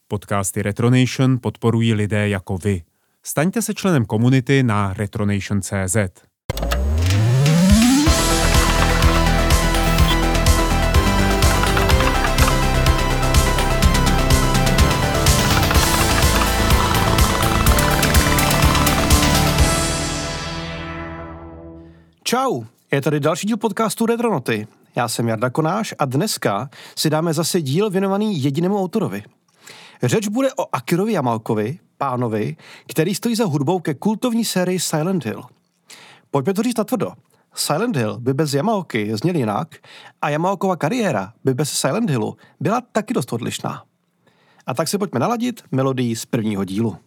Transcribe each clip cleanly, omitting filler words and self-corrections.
Podcasty Retronation podporují lidé jako vy. Staňte se členem komunity na retronation.cz. Čau, je tady další díl podcastu Retronoty. Já jsem Jarda Konáš a dneska si dáme zase díl věnovaný jedinému autorovi. Řeč bude o Akirovi Yamaokovi, pánovi, který stojí za hudbou ke kultovní sérii Silent Hill. Pojďme to říct natvrdo. Silent Hill by bez Yamaoky zněl jinak a Yamaokova kariéra by bez Silent Hillu byla taky dost odlišná. A tak si pojďme naladit melodii z prvního dílu.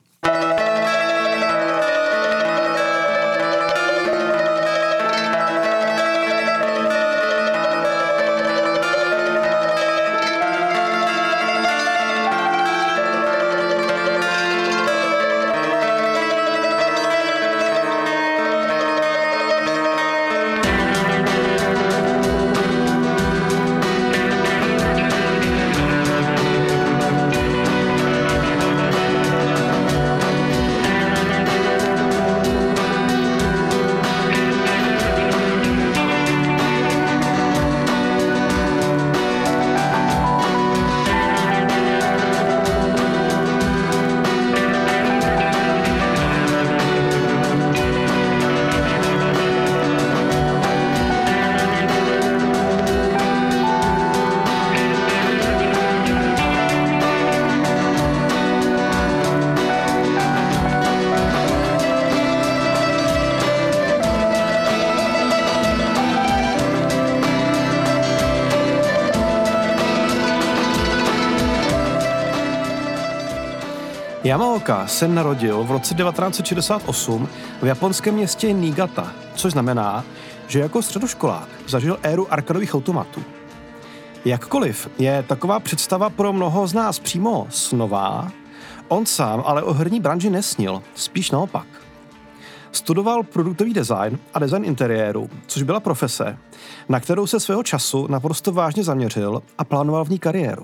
Yamaoka se narodil v roce 1968 v japonském městě Niigata, což znamená, že jako středoškolák zažil éru arkadových automatů. Jakkoliv je taková představa pro mnoho z nás přímo snová, on sám ale o herní branži nesnil, spíš naopak. Studoval produktový design a design interiéru, což byla profese, na kterou se svého času naprosto vážně zaměřil a plánoval v ní kariéru.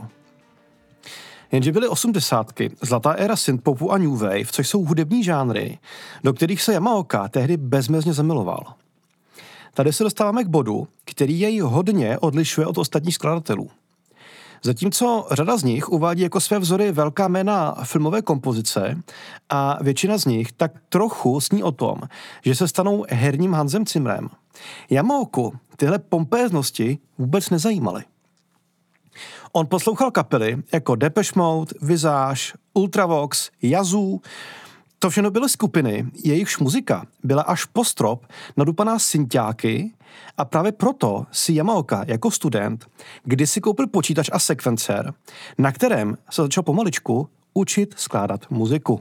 Jenže byly 80. zlatá éra synthpopu a new wave, což jsou hudební žánry, do kterých se Yamaoka tehdy bezmezně zamiloval. Tady se dostáváme k bodu, který jej hodně odlišuje od ostatních skladatelů. Zatímco řada z nich uvádí jako své vzory velká jména filmové kompozice a většina z nich tak trochu sní o tom, že se stanou herním Hansem Zimmerem. Yamaoku tyhle pompéznosti vůbec nezajímaly. On poslouchal kapely jako Depeche Mode, Visage, Ultravox, Yazoo. To všechno byly skupiny, jejichž muzika byla až po strop nadupaná synťáky a právě proto si Yamaoka jako student kdysi koupil počítač a sekvencer, na kterém se začal pomaličku učit skládat muziku.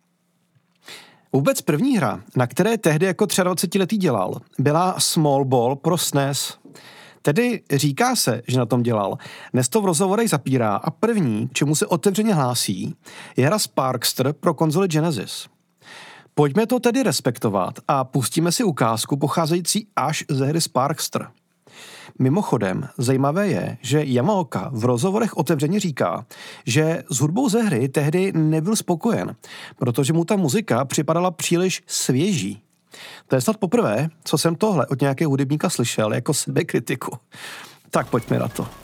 Vůbec první hra, na které tehdy jako 23letý dělal, byla Small Ball pro SNES. Tedy říká se, že na tom dělal. Dnes to v rozhovorech zapírá a první, k čemu se otevřeně hlásí, je hra Sparkster pro konzoli Genesis. Pojďme to tedy respektovat a pustíme si ukázku pocházející až ze hry Sparkster. Mimochodem, zajímavé je, že Yamaoka v rozhovorech otevřeně říká, že s hudbou ze hry tehdy nebyl spokojen, protože mu ta muzika připadala příliš svěží. To je snad poprvé, co jsem tohle od nějakého hudebníka slyšel jako sebekritiku. Tak pojďme na to.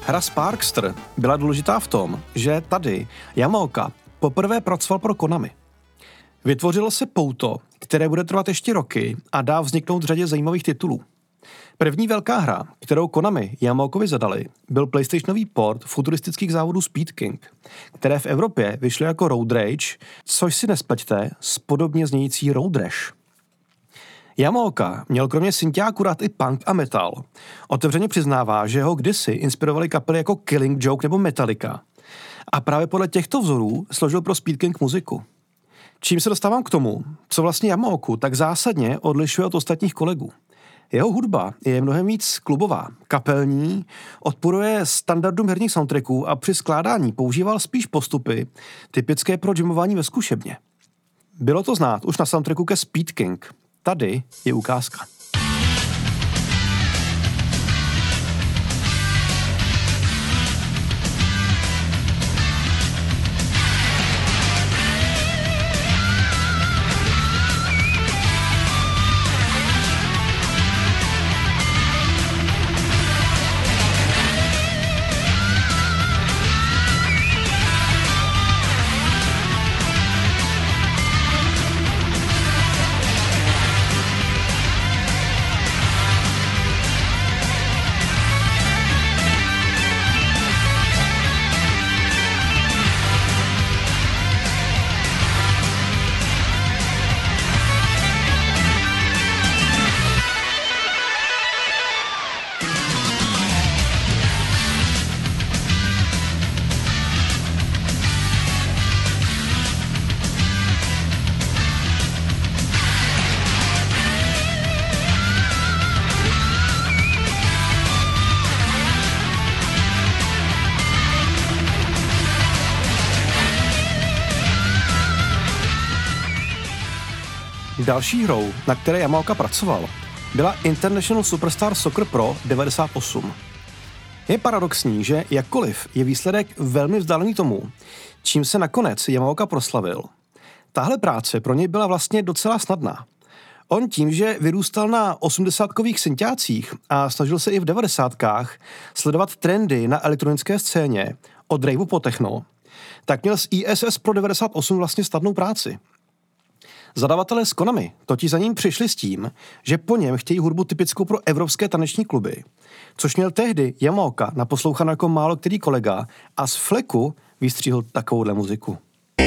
Hra Sparkster byla důležitá v tom, že tady Yamaoka poprvé pracoval pro Konami. Vytvořilo se pouto, které bude trvat ještě roky a dá vzniknout řadě zajímavých titulů. První velká hra, kterou Konami Yamaokovi zadali, byl PlayStationový port futuristických závodů Speed King, které v Evropě vyšly jako Road Rage, což si nespleťte s podobně znějící Road Rash. Yamaoka měl kromě synťáku rád i punk a metal. Otevřeně přiznává, že ho kdysi inspirovaly kapely jako Killing Joke nebo Metallica. A právě podle těchto vzorů složil pro Speed King muziku. Čím se dostávám k tomu, co vlastně Yamaoku tak zásadně odlišuje od ostatních kolegů. Jeho hudba je mnohem víc klubová, kapelní, odporuje standardům herních soundtracků a při skládání používal spíš postupy typické pro jamování ve zkušebně. Bylo to znát už na soundtracku ke Speed King. Tady je ukázka. Další hrou, na které Yamaoka pracoval, byla International Superstar Soccer Pro 98. Je paradoxní, že jakkoliv je výsledek velmi vzdálený tomu, čím se nakonec Yamaoka proslavil, tahle práce pro něj byla vlastně docela snadná. On tím, že vyrůstal na 80kových synťácích a snažil se i v 90kách sledovat trendy na elektronické scéně od raveu po techno, tak měl s ISS Pro 98 vlastně snadnou práci. Zadavatelé z Konami totiž za ním přišli s tím, že po něm chtějí hudbu typickou pro evropské taneční kluby, což měl tehdy Yamaoka naposlouchanou jako málo který kolega a z fleku vystříhl takovouhle muziku.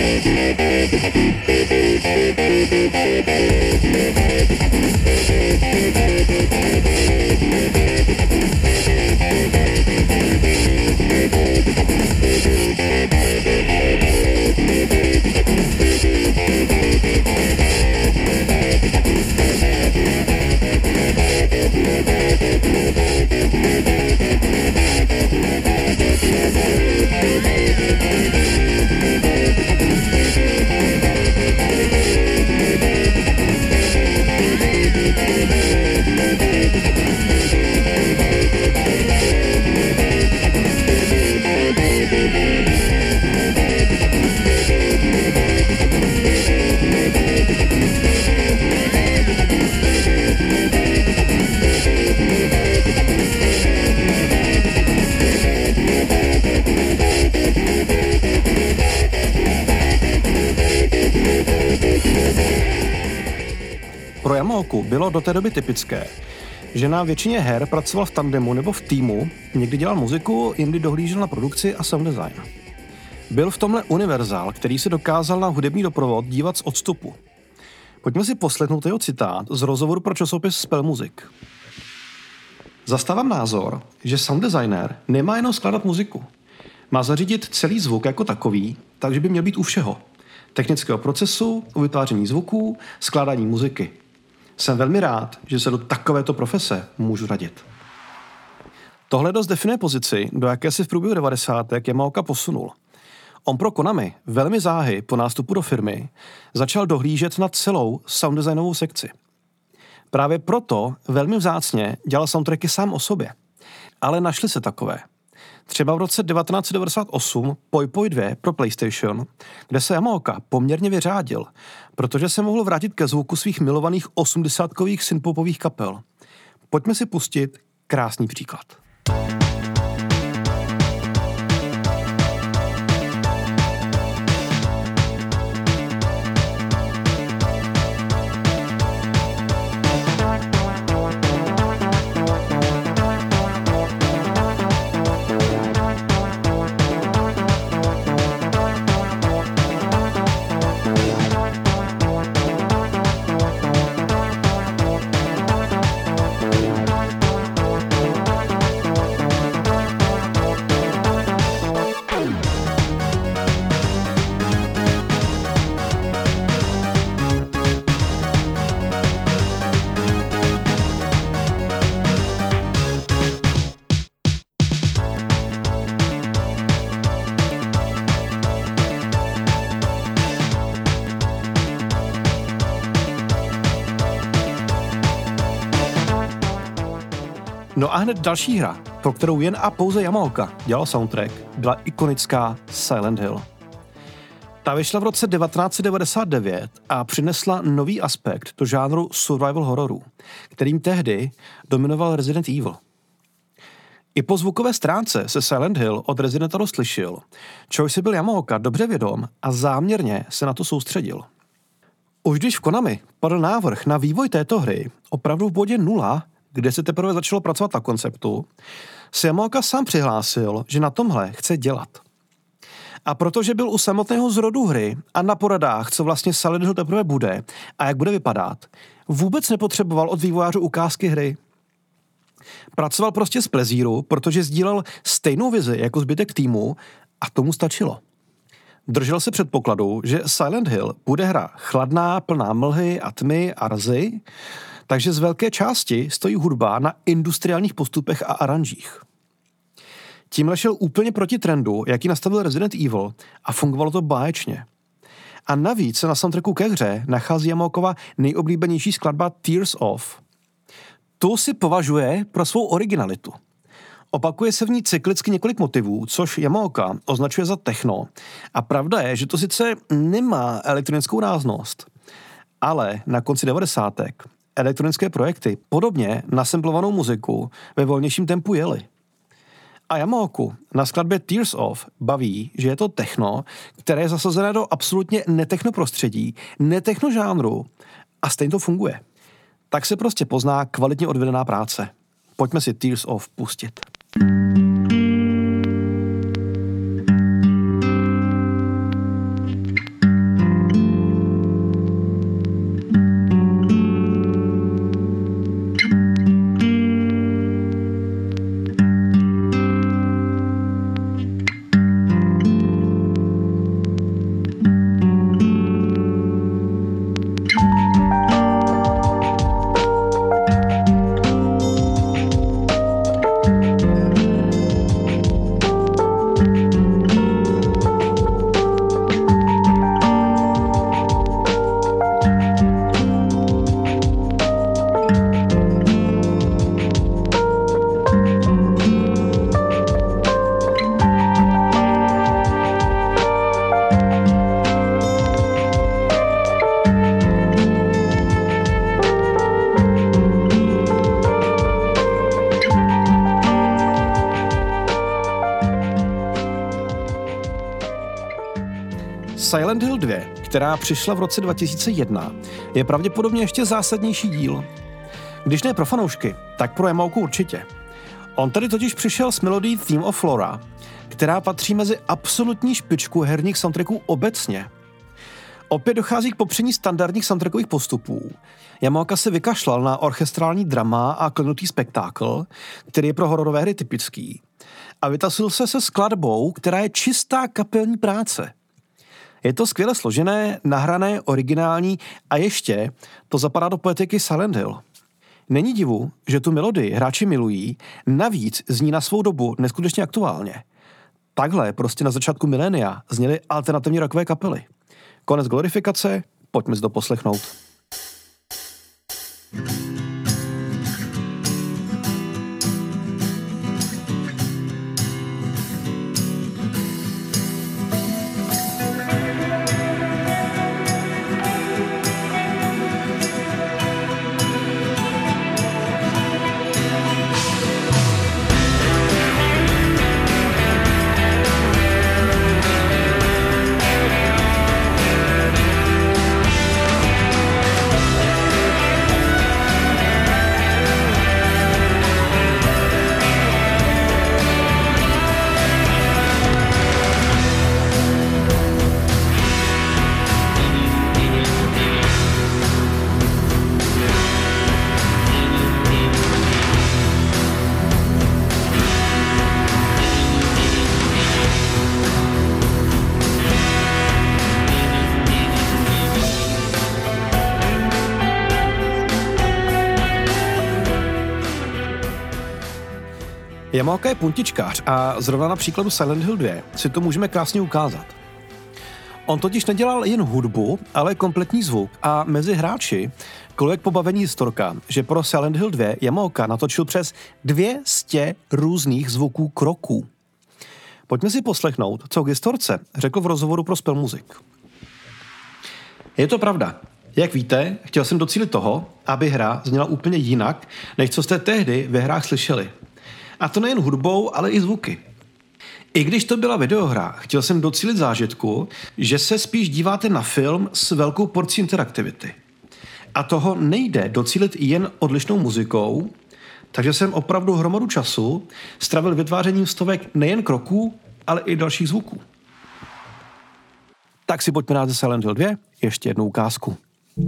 Pro Yamaoku bylo do té doby typické, že na většině her pracoval v tandemu nebo v týmu, někdy dělal muziku, jindy dohlížel na produkci a sound design. Byl v tomhle univerzál, který se dokázal na hudební doprovod dívat z odstupu. Pojďme si poslechnout jeho citát z rozhovoru pro časopis Spell Music. Zastávám názor, že sound designer nemá jenom skládat muziku. Má zařídit celý zvuk jako takový, takže by měl být u všeho. Technického procesu, u vytváření zvuků, skládání muziky. Jsem velmi rád, že se do takovéto profese můžu radit. Tohle dost definuje pozici, do jaké se v průběhu 90. Yamaoka posunul. On pro Konami velmi záhy po nástupu do firmy začal dohlížet na celou sound designovou sekci. Právě proto velmi vzácně dělal soundtracky sám o sobě. Ale našly se takové. Třeba v roce 1998 Poi Poi 2 pro PlayStation, kde se Yamaoka poměrně vyřádil, protože se mohl vrátit ke zvuku svých milovaných 80kových synthpopových kapel. Pojďme si pustit krásný příklad. No a hned další hra, pro kterou jen a pouze Yamaoka dělal soundtrack, byla ikonická Silent Hill. Ta vyšla v roce 1999 a přinesla nový aspekt do žánru survival hororu, kterým tehdy dominoval Resident Evil. I po zvukové stránce se Silent Hill od Residenta rozlišil, čehož si byl Yamaoka dobře vědom a záměrně se na to soustředil. Už když v Konami padl návrh na vývoj této hry, opravdu v bodě 0, kde se teprve začalo pracovat na konceptu, se Yamaoka sám přihlásil, že na tomhle chce dělat. A protože byl u samotného zrodu hry a na poradách, co vlastně Silent Hill teprve bude a jak bude vypadat, vůbec nepotřeboval od vývojářů ukázky hry. Pracoval prostě z plezíru, protože sdílel stejnou vizi jako zbytek týmu a tomu stačilo. Držel se předpokladu, že Silent Hill bude hra chladná, plná mlhy a tmy a rzy, takže z velké části stojí hudba na industriálních postupech a aranžích. Tímhle šel úplně proti trendu, jaký nastavil Resident Evil a fungovalo to báječně. A navíc se na soundtracku ke hře nachází Yamaokova nejoblíbenější skladba Tears Off. Tu si považuje pro svou originalitu. Opakuje se v ní cyklicky několik motivů, což Yamaoka označuje za techno. A pravda je, že to sice nemá elektronickou ráznost, ale na konci 90. elektronické projekty podobně nasemplovanou muziku ve volnějším tempu jeli. A Yamaoku na skladbě Tears Off baví, že je to techno, které je zasazené do absolutně netechno prostředí, netechno žánru a stejně to funguje. Tak se prostě pozná kvalitně odvedená práce. Pojďme si Tears Off pustit. Silent Hill 2, která přišla v roce 2001, je pravděpodobně ještě zásadnější díl. Když ne pro fanoušky, tak pro Yamaoku určitě. On tady totiž přišel s melodií Theme of Flora, která patří mezi absolutní špičku herních soundtracků obecně. Opět dochází k popření standardních soundtrackových postupů. Yamaoka se vykašlal na orchestrální drama a klenutý spektákl, který je pro hororové hry typický. A vytasil se skladbou, která je čistá kapelní práce. Je to skvěle složené, nahrané, originální a ještě to zapadá do poetiky Silent Hill. Není divu, že tu melodii hráči milují, navíc zní na svou dobu neskutečně aktuálně. Takhle prostě na začátku milénia zněly alternativní rockové kapely. Konec glorifikace, pojďme si to poslechnout. Yamaoka je puntičkář a zrovna na příkladu Silent Hill 2 si to můžeme krásně ukázat. On totiž nedělal jen hudbu, ale kompletní zvuk a mezi hráči Kolek pobavení historka, že pro Silent Hill 2 Yamaoka natočil přes 200 různých zvuků kroků. Pojďme si poslechnout, co k historce řekl v rozhovoru pro Spell Music. Je to pravda. Jak víte, chtěl jsem docílit toho, aby hra zněla úplně jinak, než co jste tehdy ve hrách slyšeli. A to nejen hudbou, ale i zvuky. I když to byla videohra, chtěl jsem docílit zážitku, že se spíš díváte na film s velkou porcí interaktivity. A toho nejde docílit jen odlišnou muzikou, takže jsem opravdu hromadu času strávil vytvářením stovek nejen kroků, ale i dalších zvuků. Tak si pojďme dát ze Silent Hill 2 ještě jednu ukázku.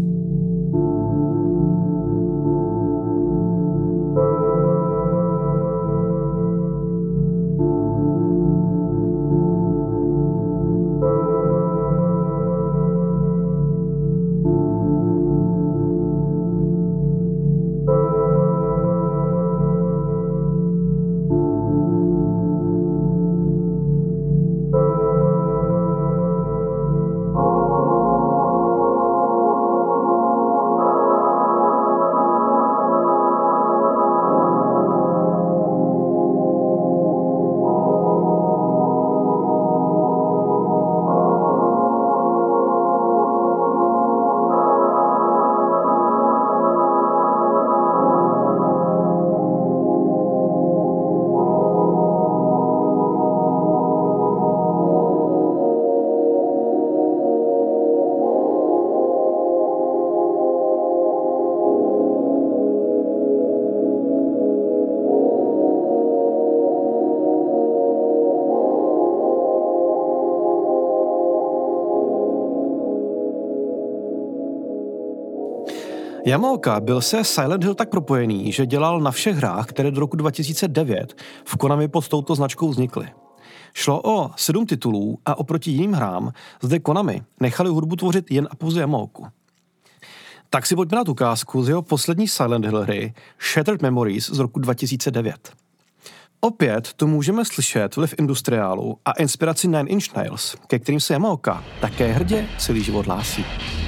Yamaoka byl se Silent Hill tak propojený, že dělal na všech hrách, které do roku 2009 v Konami pod touto značkou vznikly. Šlo o 7 titulů a oproti jiným hrám zde Konami nechali hudbu tvořit jen a pouze Yamaoku. Tak si pojďme dát ukázku z jeho poslední Silent Hill hry Shattered Memories z roku 2009. Opět tu můžeme slyšet vliv industriálu a inspiraci Nine Inch Nails, ke kterým se Yamaoka také hrdě celý život hlásí.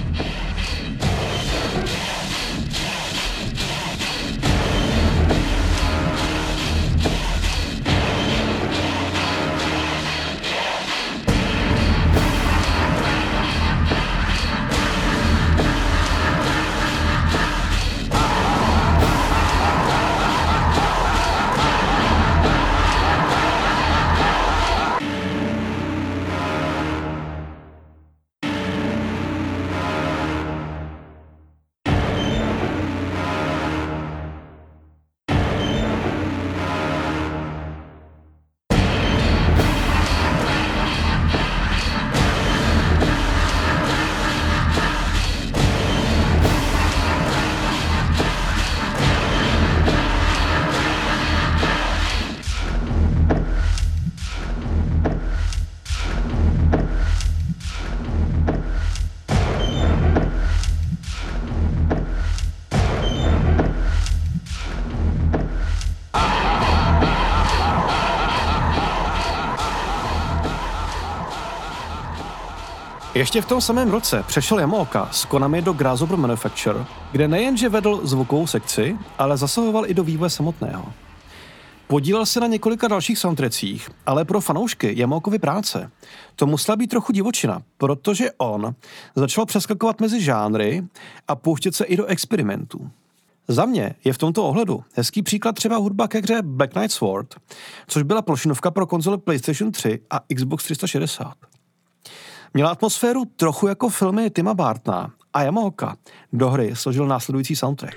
Ještě v tom samém roce přešel Yamaoka s Konami do Grasshopper Manufacture, kde nejenže vedl zvukovou sekci, ale zasahoval i do vývoje samotného. Podílel se na několika dalších soundtrackích, ale pro fanoušky Yamaokovy práce to musela být trochu divočina, protože on začal přeskakovat mezi žánry a pouštět se i do experimentů. Za mě je v tomto ohledu hezký příklad třeba hudba ke hře Black Knight Sword, což byla plošinovka pro konzole PlayStation 3 a Xbox 360. Měla atmosféru trochu jako filmy Tima Burtona a Yamaoka do hry složil následující soundtrack.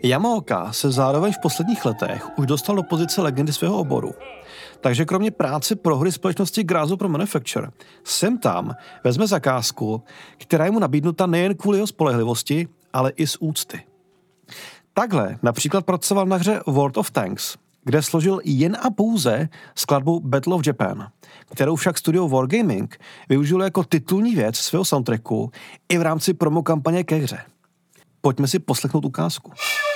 Yamaoka se zároveň v posledních letech už dostal do pozice legendy svého oboru. Takže kromě práce pro hry společnosti Grazzo Pro Manufacture sem tam vezme zakázku, která je mu nabídnuta nejen kvůli jeho spolehlivosti, ale i z úcty. Takhle například pracoval na hře World of Tanks, kde složil jen a pouze skladbu Battle of Japan, kterou však studio Wargaming využilo jako titulní věc svého soundtracku i v rámci promo kampaně ke hře. Pojďme si poslechnout ukázku.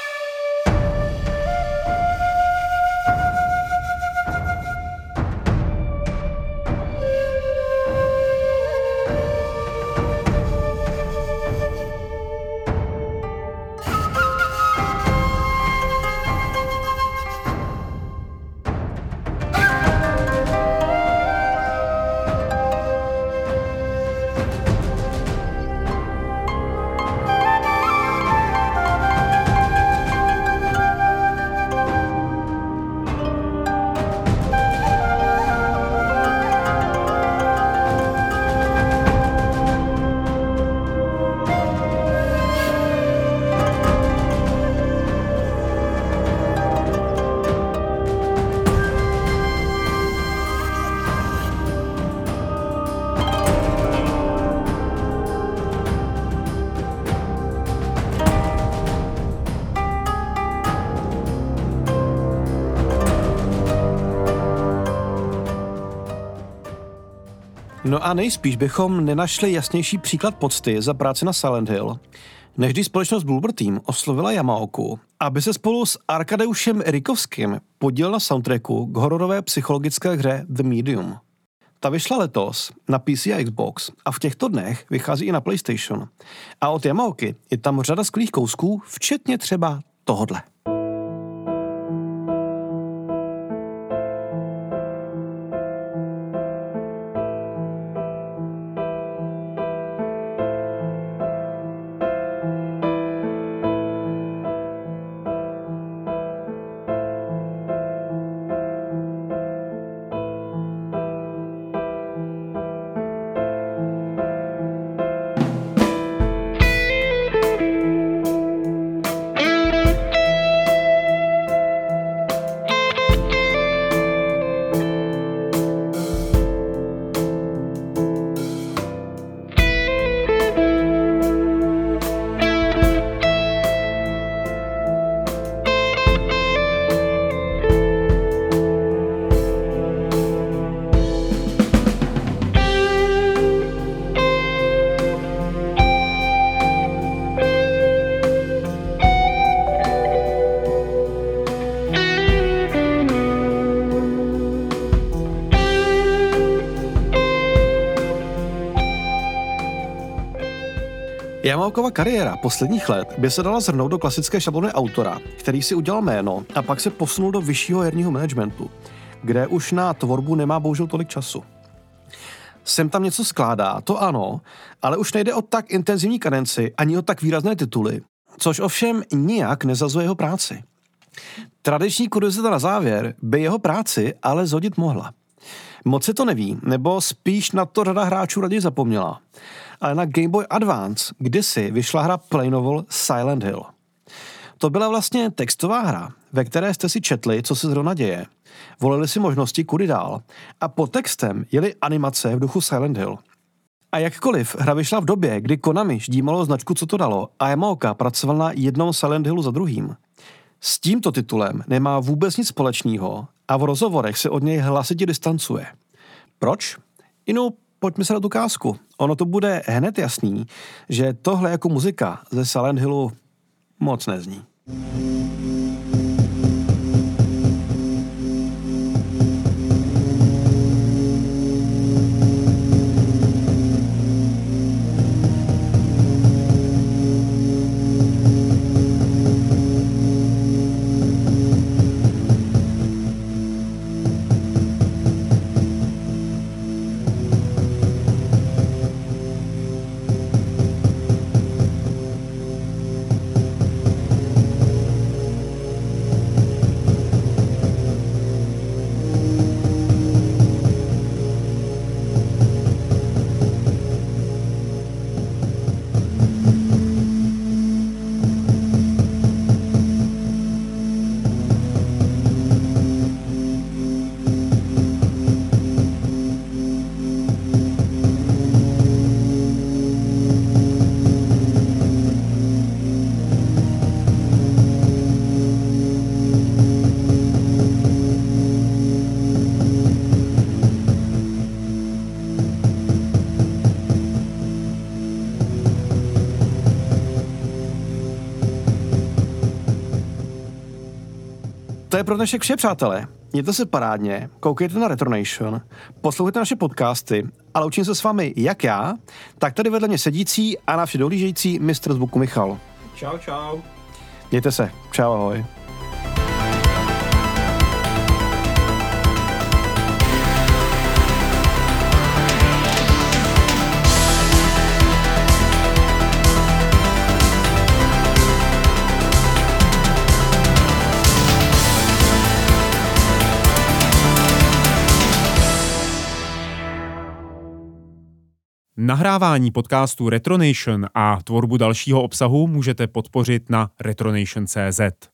No a nejspíš bychom nenašli jasnější příklad pocty za práci na Silent Hill, než když společnost Bloober Team oslovila Yamaoku, aby se spolu s Arkadeušem Rikovským podílel na soundtracku k hororové psychologické hře The Medium. Ta vyšla letos na PC a Xbox a v těchto dnech vychází i na PlayStation. A od Yamaoky je tam řada skvělých kousků, včetně třeba tohodle. Yamaokova kariéra posledních let by se dala shrnout do klasické šablony autora, který si udělal jméno a pak se posunul do vyššího herního managementu, kde už na tvorbu nemá bohužel tolik času. Sem tam něco skládá, to ano, ale už nejde o tak intenzivní kadenci ani o tak výrazné tituly, což ovšem nijak nezazuje jeho práci. Tradiční kuriozita na závěr by jeho práci ale zhodit mohla. Moc se to neví, nebo spíš na to řada hráčů raději zapomněla. Ale na Game Boy Advance kdysi vyšla hra Playnovel Silent Hill. To byla vlastně textová hra, ve které jste si četli, co se zrovna děje, volili si možnosti, kudy dál a pod textem jeli animace v duchu Silent Hill. A jakkoliv hra vyšla v době, kdy Konami ždímalo značku Co to dalo a Yamaoka pracoval na jednom Silent Hillu za druhým, s tímto titulem nemá vůbec nic společného a v rozhovorech se od něj hlasitě distancuje. Proč? Pojďme se na tu ukázku. Ono to bude hned jasný, že tohle jako muzika ze Silent Hillu moc nezní. To je pro dnešek vše, přátelé. Mějte se parádně, koukejte na Retronation, poslouchejte naše podcasty a loučím se s vámi jak já, tak tady vedle mě sedící a na vše dohlížející mistr zvuku Michal. Čau, čau. Mějte se. Čau, ahoj. Nahrávání podcastu Retronation a tvorbu dalšího obsahu můžete podpořit na retronation.cz.